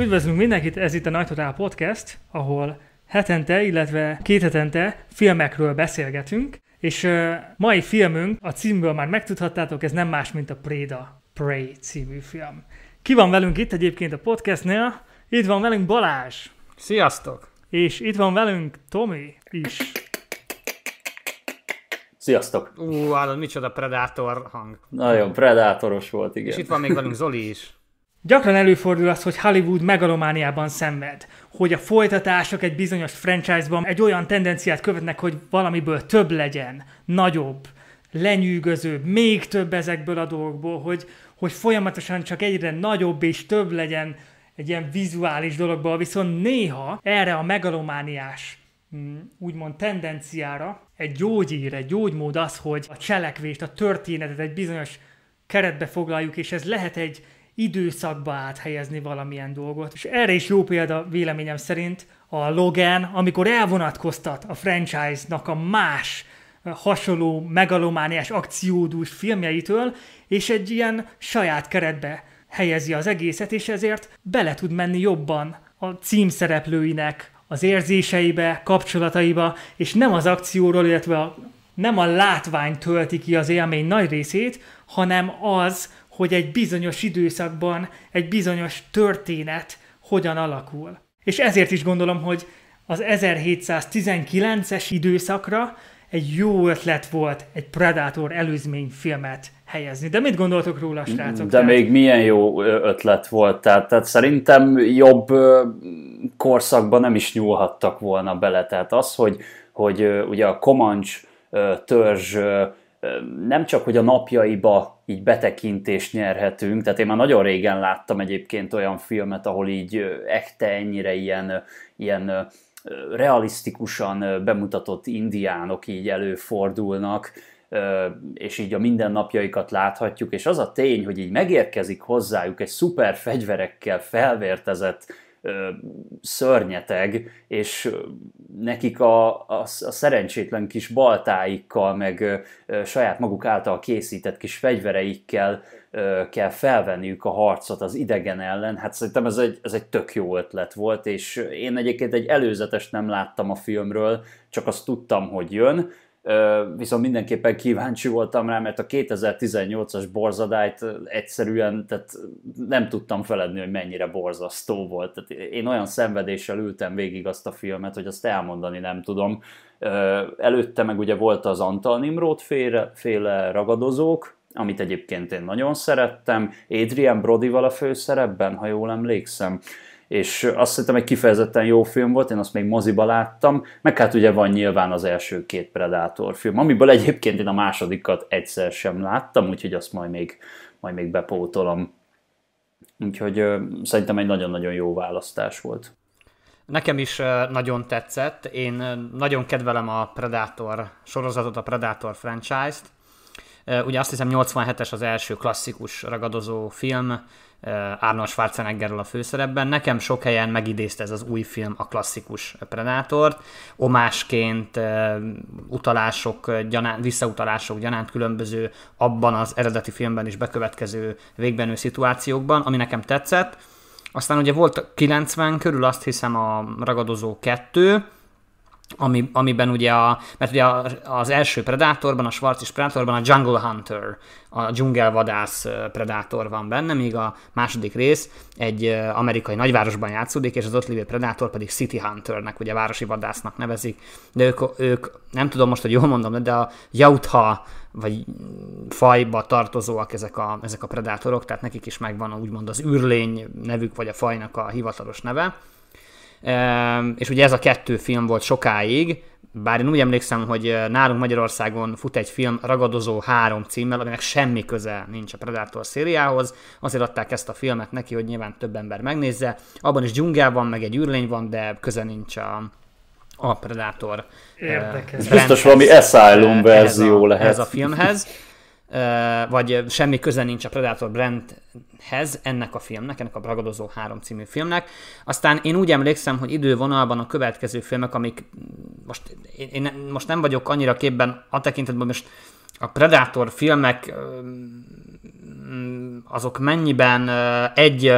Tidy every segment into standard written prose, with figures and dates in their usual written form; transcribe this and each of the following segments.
Üdvözlünk mindenkit, ez itt a Nagy Totál Podcast, ahol hetente, illetve 2 hetente filmekről beszélgetünk, és mai filmünk, a címből már megtudhattátok, ez nem más, mint a Prey című film. Ki van velünk itt egyébként a podcastnél? Itt van velünk Balázs. Sziasztok! És itt van velünk Tomi is. Sziasztok! Hallod, micsoda Predator hang. Nagyon predátoros volt, igen. És itt van még velünk Zoli is. Gyakran előfordul az, hogy Hollywood megalomániában szenved, hogy a folytatások egy bizonyos franchise-ban egy olyan tendenciát követnek, hogy valamiből több legyen, nagyobb, lenyűgözőbb, még több ezekből a dolgokból, hogy folyamatosan csak egyre nagyobb és több legyen egy ilyen vizuális dologból, viszont néha erre a megalomániás úgymond tendenciára egy gyógyír, egy gyógymód az, hogy a cselekvést, a történetet egy bizonyos keretbe foglaljuk, és ez lehet egy időszakba áthelyezni valamilyen dolgot. És erre is jó példa véleményem szerint a Logan, amikor elvonatkoztat a franchise-nak a más hasonló megalomániás akciódús filmjeitől, és egy ilyen saját keretbe helyezi az egészet, és ezért bele tud menni jobban a címszereplőinek az érzéseibe, kapcsolataiba, és nem az akcióról, illetve nem a látvány tölti ki az élmény nagy részét, hanem az, hogy egy bizonyos időszakban egy bizonyos történet hogyan alakul. És ezért is gondolom, hogy az 1719-es időszakra egy jó ötlet volt egy Predator előzményfilmet helyezni. De mit gondoltok róla, srácok? De még milyen jó ötlet volt. Tehát szerintem jobb korszakban nem is nyúlhattak volna bele. Tehát az, hogy ugye a Comanche törzs nem csak, hogy a napjaiba így betekintést nyerhetünk, tehát én már nagyon régen láttam egyébként olyan filmet, ahol így ennyire ilyen realisztikusan bemutatott indiánok így előfordulnak, és így a mindennapjaikat láthatjuk, és az a tény, hogy így megérkezik hozzájuk egy szuper fegyverekkel felvértezett szörnyeteg, és nekik a szerencsétlen kis baltáikkal, meg saját maguk által készített kis fegyvereikkel kell felvenniük a harcot az idegen ellen. Hát szerintem ez egy tök jó ötlet volt, és én egyébként egy előzetest nem láttam a filmről, csak azt tudtam, hogy jön, viszont mindenképpen kíváncsi voltam rá, mert a 2018-as borzadályt egyszerűen tehát nem tudtam feledni, hogy mennyire borzasztó volt. Tehát én olyan szenvedéssel ültem végig azt a filmet, hogy azt elmondani nem tudom. Előtte meg ugye volt az Antal Nimrod féle Ragadozók, amit egyébként én nagyon szerettem, Adrien Brodyval a főszerepben, ha jól emlékszem, és azt hiszem egy kifejezetten jó film volt, én azt még moziba láttam, meg hát ugye van nyilván az első 2 Predator film, amiből egyébként én a másodikat egyszer sem láttam, úgyhogy azt majd még bepótolom. Úgyhogy szerintem egy nagyon-nagyon jó választás volt. Nekem is nagyon tetszett, én nagyon kedvelem a Predator sorozatot, a Predator franchise-t. Ugye azt hiszem 87-es az első klasszikus ragadozó film, Arnold Schwarzeneggerrel a főszerepben. Nekem sok helyen megidézte ez az új film a klasszikus Predátort. Omásként visszautalások gyanánt különböző abban az eredeti filmben is bekövetkező végbenő szituációkban, ami nekem tetszett. Aztán ugye volt 90 körül azt hiszem a Ragadozó 2, amiben ugye mert ugye az első Predatorban, a Schwarzis Predatorban a Jungle Hunter, a dzsungelvadász Predator van benne, míg a második rész egy amerikai nagyvárosban játszódik, és az ott lévő Predator pedig City Hunternek, ugye városi vadásznak nevezik, de ők nem tudom most, hogy jól mondom, de a Yautja vagy fajba tartozóak ezek a predátorok, tehát nekik is megvan úgymond az űrlény nevük, vagy a fajnak a hivatalos neve. És ugye ez a 2 film volt sokáig, bár én úgy emlékszem, hogy nálunk Magyarországon fut egy film Ragadozó 3 címmel, aminek semmi köze nincs a Predator szériához, azért adták ezt a filmet neki, hogy nyilván több ember megnézze. Abban is dzsungel van, meg egy űrlény van, de köze nincs a Predator. Érdekes. Biztos valami Asylum verzió lehet. Ez a filmhez. Vagy semmi köze nincs a Predator brandhez ennek a filmnek, ennek a Ragadozó 3 című filmnek. Aztán én úgy emlékszem, hogy idővonalban a következő filmek, amik én most nem vagyok annyira képben a tekintetben, most a Predator filmek azok mennyiben egy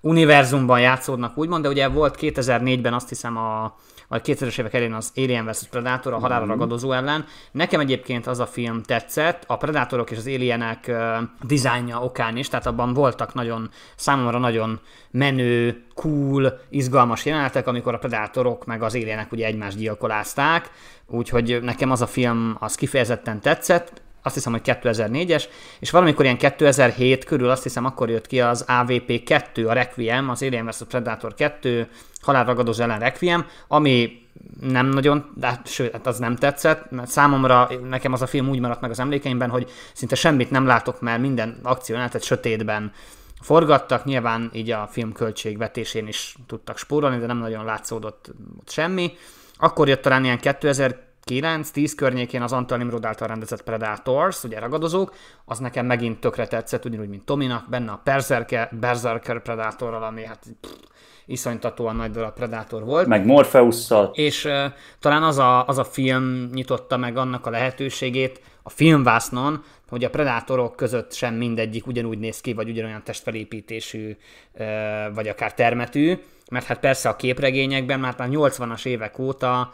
univerzumban játszódnak, úgymond, de ugye volt 2004-ben azt hiszem vagy 2000-es évek elején az Alien vs. Predator, a halálra ragadozó ellen. Nekem egyébként az a film tetszett, a Predatorok és az Alienek dizájnja okán is, tehát abban voltak számomra nagyon menő, cool, izgalmas jelenetek, amikor a Predatorok meg az Alienek ugye egymást gyilkolázták, úgyhogy nekem az a film az kifejezetten tetszett, azt hiszem, hogy 2004-es, és valamikor ilyen 2007 körül azt hiszem akkor jött ki az AVP2, a Requiem, az Alien vs. Predator 2, halálragadozó ellen Requiem, ami nem nagyon, sőt, az nem tetszett, mert számomra nekem az a film úgy maradt meg az emlékeimben, hogy szinte semmit nem látok, mert minden akciójelenetet sötétben forgattak, nyilván így a film költségvetésén is tudtak spórolni, de nem nagyon látszódott semmi. Akkor jött talán ilyen 2009-10 környékén az Antal Nimrod által rendezett Predators, ugye ragadozók, az nekem megint tökre tetszett, ugyanúgy, mint Tominak, benne a Berserker Predatorral, ami hát iszonytatóan nagy darab Predator volt. Meg Morpheusszal. És talán az a film nyitotta meg annak a lehetőségét a filmvásznon, hogy a Predatorok között sem mindegyik ugyanúgy néz ki, vagy ugyanolyan testfelépítésű, vagy akár termetű, mert hát persze a képregényekben már 80-as évek óta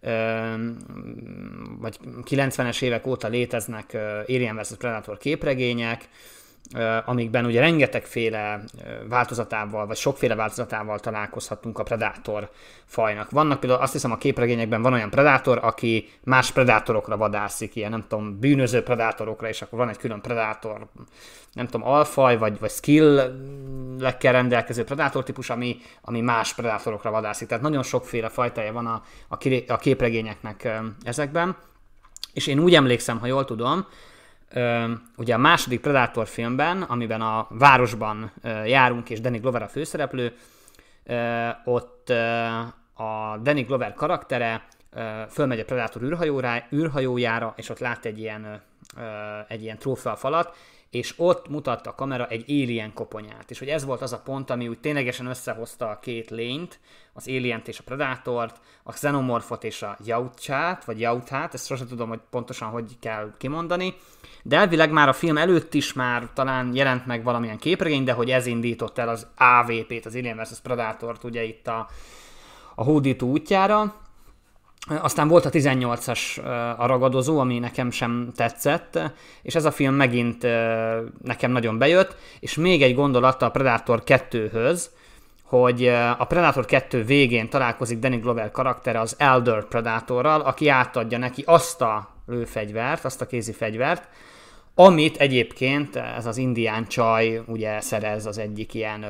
vagy 90-es évek óta léteznek Alien vs. Predator képregények, amikben ugye rengetegféle változatával, vagy sokféle változatával találkozhatunk a Predator fajnak. Vannak például, azt hiszem a képregényekben van olyan Predator, aki más Predatorokra vadászik, ilyen nem tudom, bűnöző Predatorokra, és akkor van egy külön Predator, nem tudom, alfaj, vagy skill-lekkel rendelkező Predator típus, ami más Predatorokra vadászik. Tehát nagyon sokféle fajtája van a képregényeknek ezekben. És én úgy emlékszem, ha jól tudom, ugye a második Predator filmben, amiben a városban járunk, és Danny Glover a főszereplő, ott a Danny Glover karaktere fölmegy a Predator űrhajójára, és ott lát egy ilyen trófeafalat, és ott mutatta a kamera egy alien koponyát. És hogy ez volt az a pont, ami úgy ténylegesen összehozta a két lényt, az Alient és a Predatort, a Xenomorphot és a Yautját, vagy Yautát, ezt sosem tudom, hogy pontosan hogy kell kimondani, de elvileg már a film előtt is már talán jelent meg valamilyen képregény, de hogy ez indított el az AVP-t, az Alien vs. Predatort ugye itt a hódító útjára. Aztán volt a 18-as a ragadozó, ami nekem sem tetszett, és ez a film megint nekem nagyon bejött, és még egy gondolat a Predator 2-höz, hogy a Predator 2 végén találkozik Danny Glover karaktere az Elder Predatorral, aki átadja neki azt a lőfegyvert, azt a kézi fegyvert, amit egyébként ez az indián csaj ugye szerez az egyik ilyen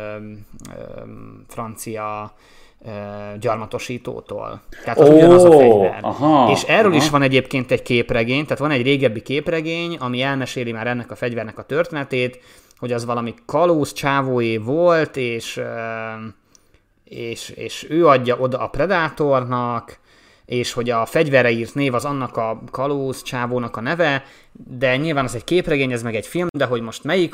francia gyarmatosítótól. Tehát az ugyanaz a fegyver. És erről is van egyébként egy képregény, tehát van egy régebbi képregény, ami elmeséli már ennek a fegyvernek a történetét, hogy az valami kalóz csávóé volt, és ő adja oda a Predatornak, és hogy a fegyverre írt név az annak a kalóz csávónak a neve, de nyilván ez egy képregény, ez meg egy film, de hogy most melyik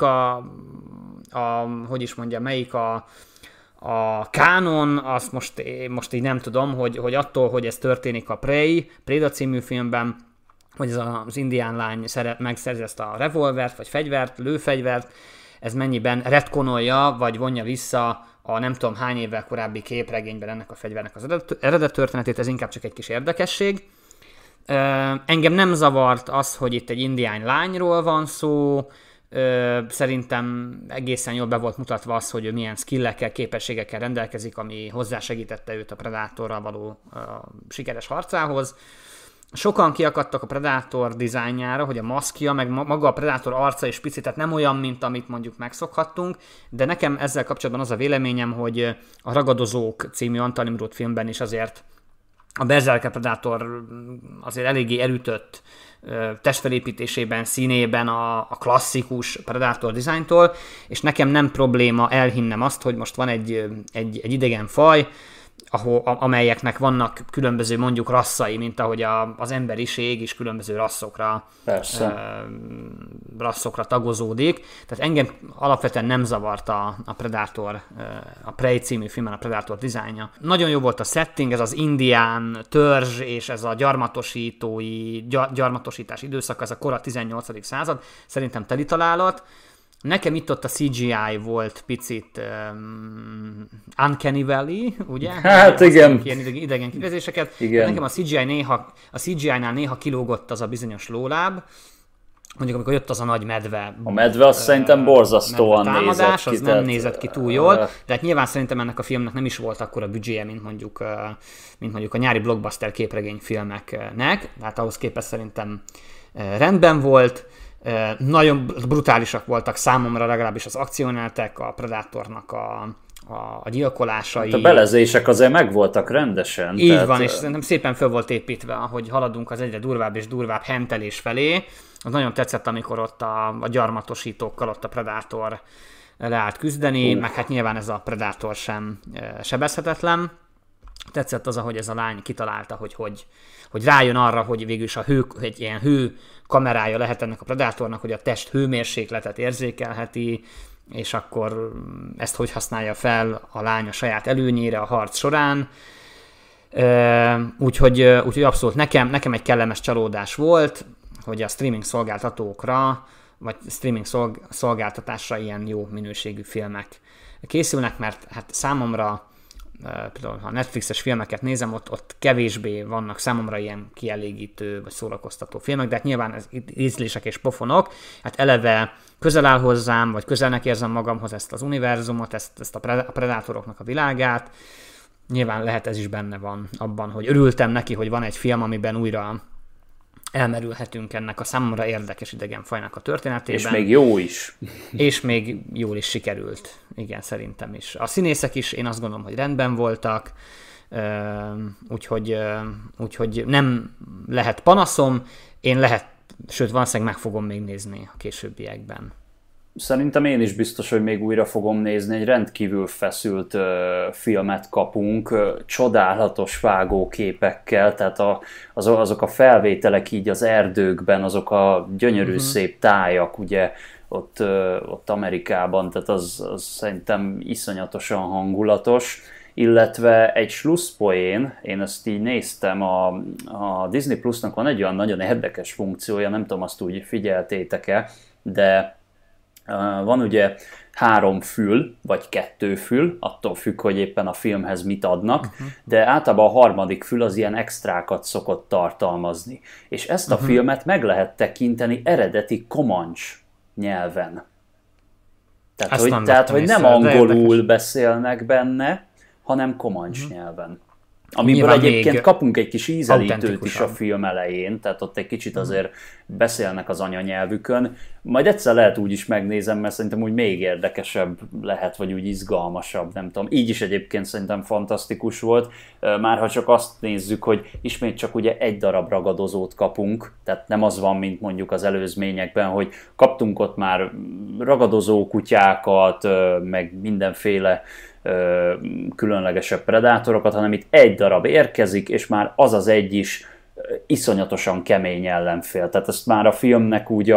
melyik a kánon, azt most így nem tudom, hogy attól, hogy ez történik a Preda című filmben, hogy ez az indián lány megszerzi ezt a revolvert, vagy fegyvert, lőfegyvert, ez mennyiben retkonolja, vagy vonja vissza a nem tudom hány évvel korábbi képregényben ennek a fegyvernek az eredet történetét, ez inkább csak egy kis érdekesség. Engem nem zavart az, hogy itt egy indián lányról van szó, szerintem egészen jól be volt mutatva az, hogy ő milyen skillekkel, képességekkel rendelkezik, ami hozzásegítette őt a Predatorral való sikeres harcához. Sokan kiakadtak a Predator dizájnjára, hogy a maszkja, meg maga a Predator arca is picit, tehát nem olyan, mint amit mondjuk megszokhattunk, de nekem ezzel kapcsolatban az a véleményem, hogy a Ragadozók című Antal Nimrod filmben is azért a Berserker Predator azért eléggé elütött testfelépítésében, színében a klasszikus Predator dizájntól, és nekem nem probléma elhinnem azt, hogy most van egy idegen faj, amelyeknek vannak különböző mondjuk rasszai, mint ahogy az emberiség is különböző rasszokra tagozódik. Tehát engem alapvetően nem zavart a Predator, a Prey című filmben a Predator dizájnja. Nagyon jó volt a setting, ez az indián törzs és ez a gyarmatosítás időszak, ez a kora 18. század, szerintem teli találat. Nekem itt-ott a CGI volt picit Uncanny Valley, ugye? Hát igen. Ilyen idegen kifejezéseket. Igen. Nekem a CGI-nál néha kilógott az a bizonyos lóláb, mondjuk amikor jött az a nagy medve. A medve azt szerintem borzasztóan nézett ki. Az nem nézett ki túl jól, de hát nyilván szerintem ennek a filmnek nem is volt akkora büdzséje, mint mondjuk a nyári blockbuster képregényfilmeknek, tehát ahhoz képest szerintem rendben volt. Nagyon brutálisak voltak számomra legalábbis az akciójelenetek, a Predatornak a gyilkolásai. Hát a belezések azért megvoltak rendesen. Így tehát... van, és szerintem szépen föl volt építve, ahogy haladunk az egyre durvább és durvább hentelés felé. Az nagyon tetszett, amikor ott a gyarmatosítókkal ott a Predator leállt küzdeni, meg hát nyilván ez a Predator sem sebezhetetlen. Tetszett az, ahogy ez a lány kitalálta, hogy rájön arra, hogy végül is egy ilyen hő kamerája lehet ennek a Predatornak, hogy a test hőmérsékletet érzékelheti, és akkor ezt hogy használja fel a lány a saját előnyére a harc során. Úgyhogy abszolút nekem egy kellemes csalódás volt, hogy a streaming szolgáltatókra, vagy streaming szolgáltatásra ilyen jó minőségű filmek készülnek, mert hát számomra például ha Netflixes filmeket nézem, ott kevésbé vannak számomra ilyen kielégítő vagy szórakoztató filmek, de hát nyilván ez ízlések és pofonok, hát eleve közel áll hozzám, vagy közelnek érzem magamhoz ezt az univerzumot, ezt a Predatoroknak a világát. Nyilván lehet ez is benne van abban, hogy örültem neki, hogy van egy film, amiben újra elmerülhetünk ennek a számomra érdekes idegenfajnak a történetében. És még jó is. És még jól is sikerült. Igen, szerintem is. A színészek is, én azt gondolom, hogy rendben voltak, úgyhogy nem lehet panaszom, sőt, valószínűleg meg fogom még nézni a későbbiekben. Szerintem én is biztos, hogy még újra fogom nézni, egy rendkívül feszült filmet kapunk, csodálatos vágóképekkel, tehát azok a felvételek így az erdőkben, azok a gyönyörű szép tájak, ugye ott Amerikában, tehát az szerintem iszonyatosan hangulatos, illetve egy slusszpoén, én ezt így néztem, a Disney Plusnak van egy olyan nagyon érdekes funkciója, nem tudom, azt úgy figyeltétek-e, de van ugye 3 fül, vagy 2 fül, attól függ, hogy éppen a filmhez mit adnak, de általában a 3. fül az ilyen extrákat szokott tartalmazni. És ezt a filmet meg lehet tekinteni eredeti Comanche nyelven. Tehát, hogy nem angolul beszélnek benne, hanem Comanche nyelven. Amiből nyilván egyébként kapunk egy kis ízelítőt is a film elején, tehát ott egy kicsit azért beszélnek az anyanyelvükön. Majd egyszer lehet úgy is megnézem, mert szerintem úgy még érdekesebb lehet, vagy úgy izgalmasabb, nem tudom. Így is egyébként szerintem fantasztikus volt, már ha csak azt nézzük, hogy ismét csak ugye egy darab ragadozót kapunk, tehát nem az van, mint mondjuk az előzményekben, hogy kaptunk ott már ragadozó kutyákat, meg mindenféle különlegesebb predátorokat, hanem itt egy darab érkezik, és már az egy is iszonyatosan kemény ellenfél. Tehát ezt már a filmnek úgy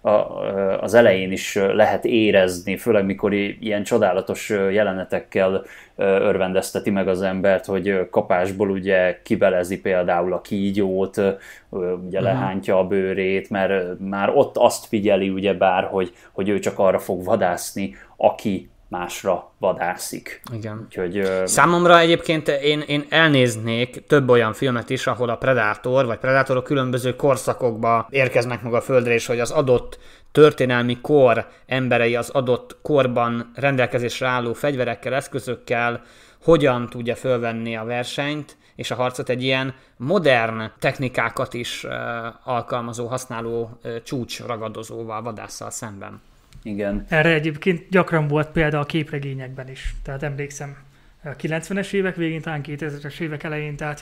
az elején is lehet érezni, főleg mikor ilyen csodálatos jelenetekkel örvendezteti meg az embert, hogy kapásból ugye kibelezi például a kígyót, ugye lehántja a bőrét, mert már ott azt figyeli ugyebár, hogy ő csak arra fog vadászni, aki másra vadászik. Igen. Úgyhogy, számomra egyébként én elnéznék több olyan filmet is, ahol a Predator vagy Predatorok különböző korszakokba érkeznek meg a Földre, és hogy az adott történelmi kor emberei az adott korban rendelkezésre álló fegyverekkel, eszközökkel hogyan tudja fölvenni a versenyt és a harcot egy ilyen modern technikákat is alkalmazó, használó csúcsragadozóval, vadásszal szemben. Igen. Erre egyébként gyakran volt példa a képregényekben is. Tehát emlékszem, a 90-es évek végén, talán 2000-es évek elején, tehát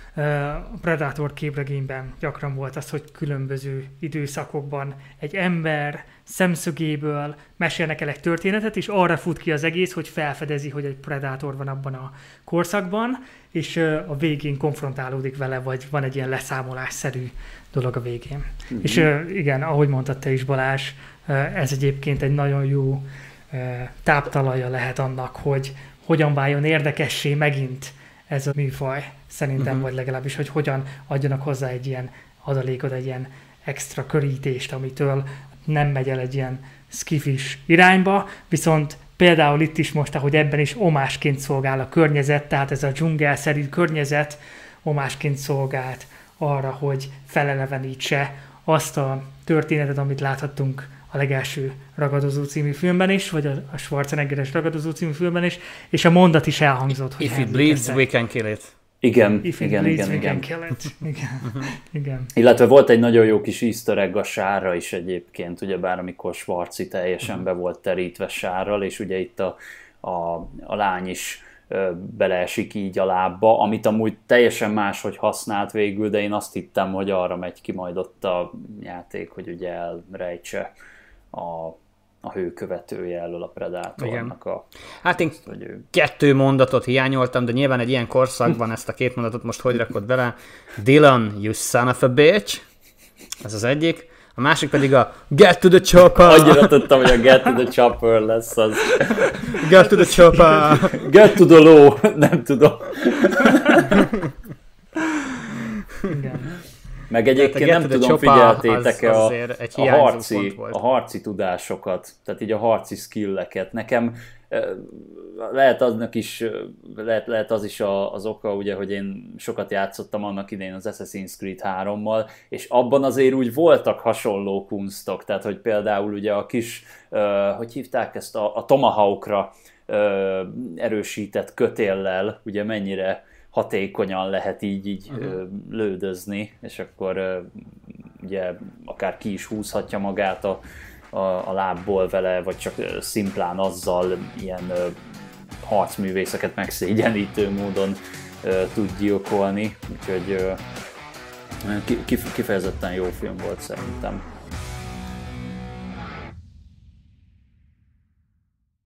a Predator képregényben gyakran volt az, hogy különböző időszakokban egy ember szemszögéből mesélnek el egy történetet, és arra fut ki az egész, hogy felfedezi, hogy egy Predator van abban a korszakban, és a végén konfrontálódik vele, vagy van egy ilyen leszámolásszerű dolog a végén. És igen, ahogy mondtad te is, Balázs, ez egyébként egy nagyon jó táptalaja lehet annak, hogy hogyan váljon érdekessé megint ez a műfaj, szerintem, vagy legalábbis, hogy hogyan adjanak hozzá egy ilyen adalékot, egy ilyen extra körítést, amitől nem megy el egy ilyen skifis irányba, viszont például itt is most, ahogy ebben is omásként szolgál a környezet, tehát ez a dzsungelszerű környezet omásként szolgált arra, hogy felelevenítse azt a történetet, amit láthattunk a legelső Ragadozó című filmben is, vagy a Schwarzeneggeres Ragadozó című filmben is, és a mondat is elhangzott, hogy If it bleeds, we can kill it. Igen, If it igen, bleeds, igen, we igen. can kill it. Igen. Illetve volt egy nagyon jó kis easter egg a sárra is egyébként, ugyebár amikor Schwarzi teljesen be volt terítve sárral, és ugye itt a lány is beleesik így a lábba, amit amúgy teljesen máshogy használt végül, de én azt hittem, hogy arra megy ki majd ott a játék, hogy ugye elrejtse a hőkövetője elől a Predatornak a... Hát én 2 mondatot hiányoltam, de nyilván egy ilyen korszakban ezt a 2 mondatot most hogy rakod bele? Dylan, you son of a bitch. Ez az egyik. A másik pedig a Get to the chopper. Annyira tudtam, hogy a Get to the chopper lesz az. Get to the chopper. Get to the low. Nem tudom. Igen. Meg egyébként nem tudom, figyeltétek-e a harci tudásokat, tehát így a harci skilleket. Nekem lehet az is az oka, ugye, hogy én sokat játszottam annak idején az Assassin's Creed 3-mal, és abban azért úgy voltak hasonló kunstok, tehát hogy például ugye a kis, hogy hívták ezt, a Tomahawkra erősített kötéllel, ugye mennyire hatékonyan lehet így lődözni, és akkor ugye akár ki is húzhatja magát a lábból vele, vagy csak szimplán azzal ilyen harcművészeket megszégyenítő módon tud gyilkolni, úgyhogy kifejezetten jó film volt szerintem.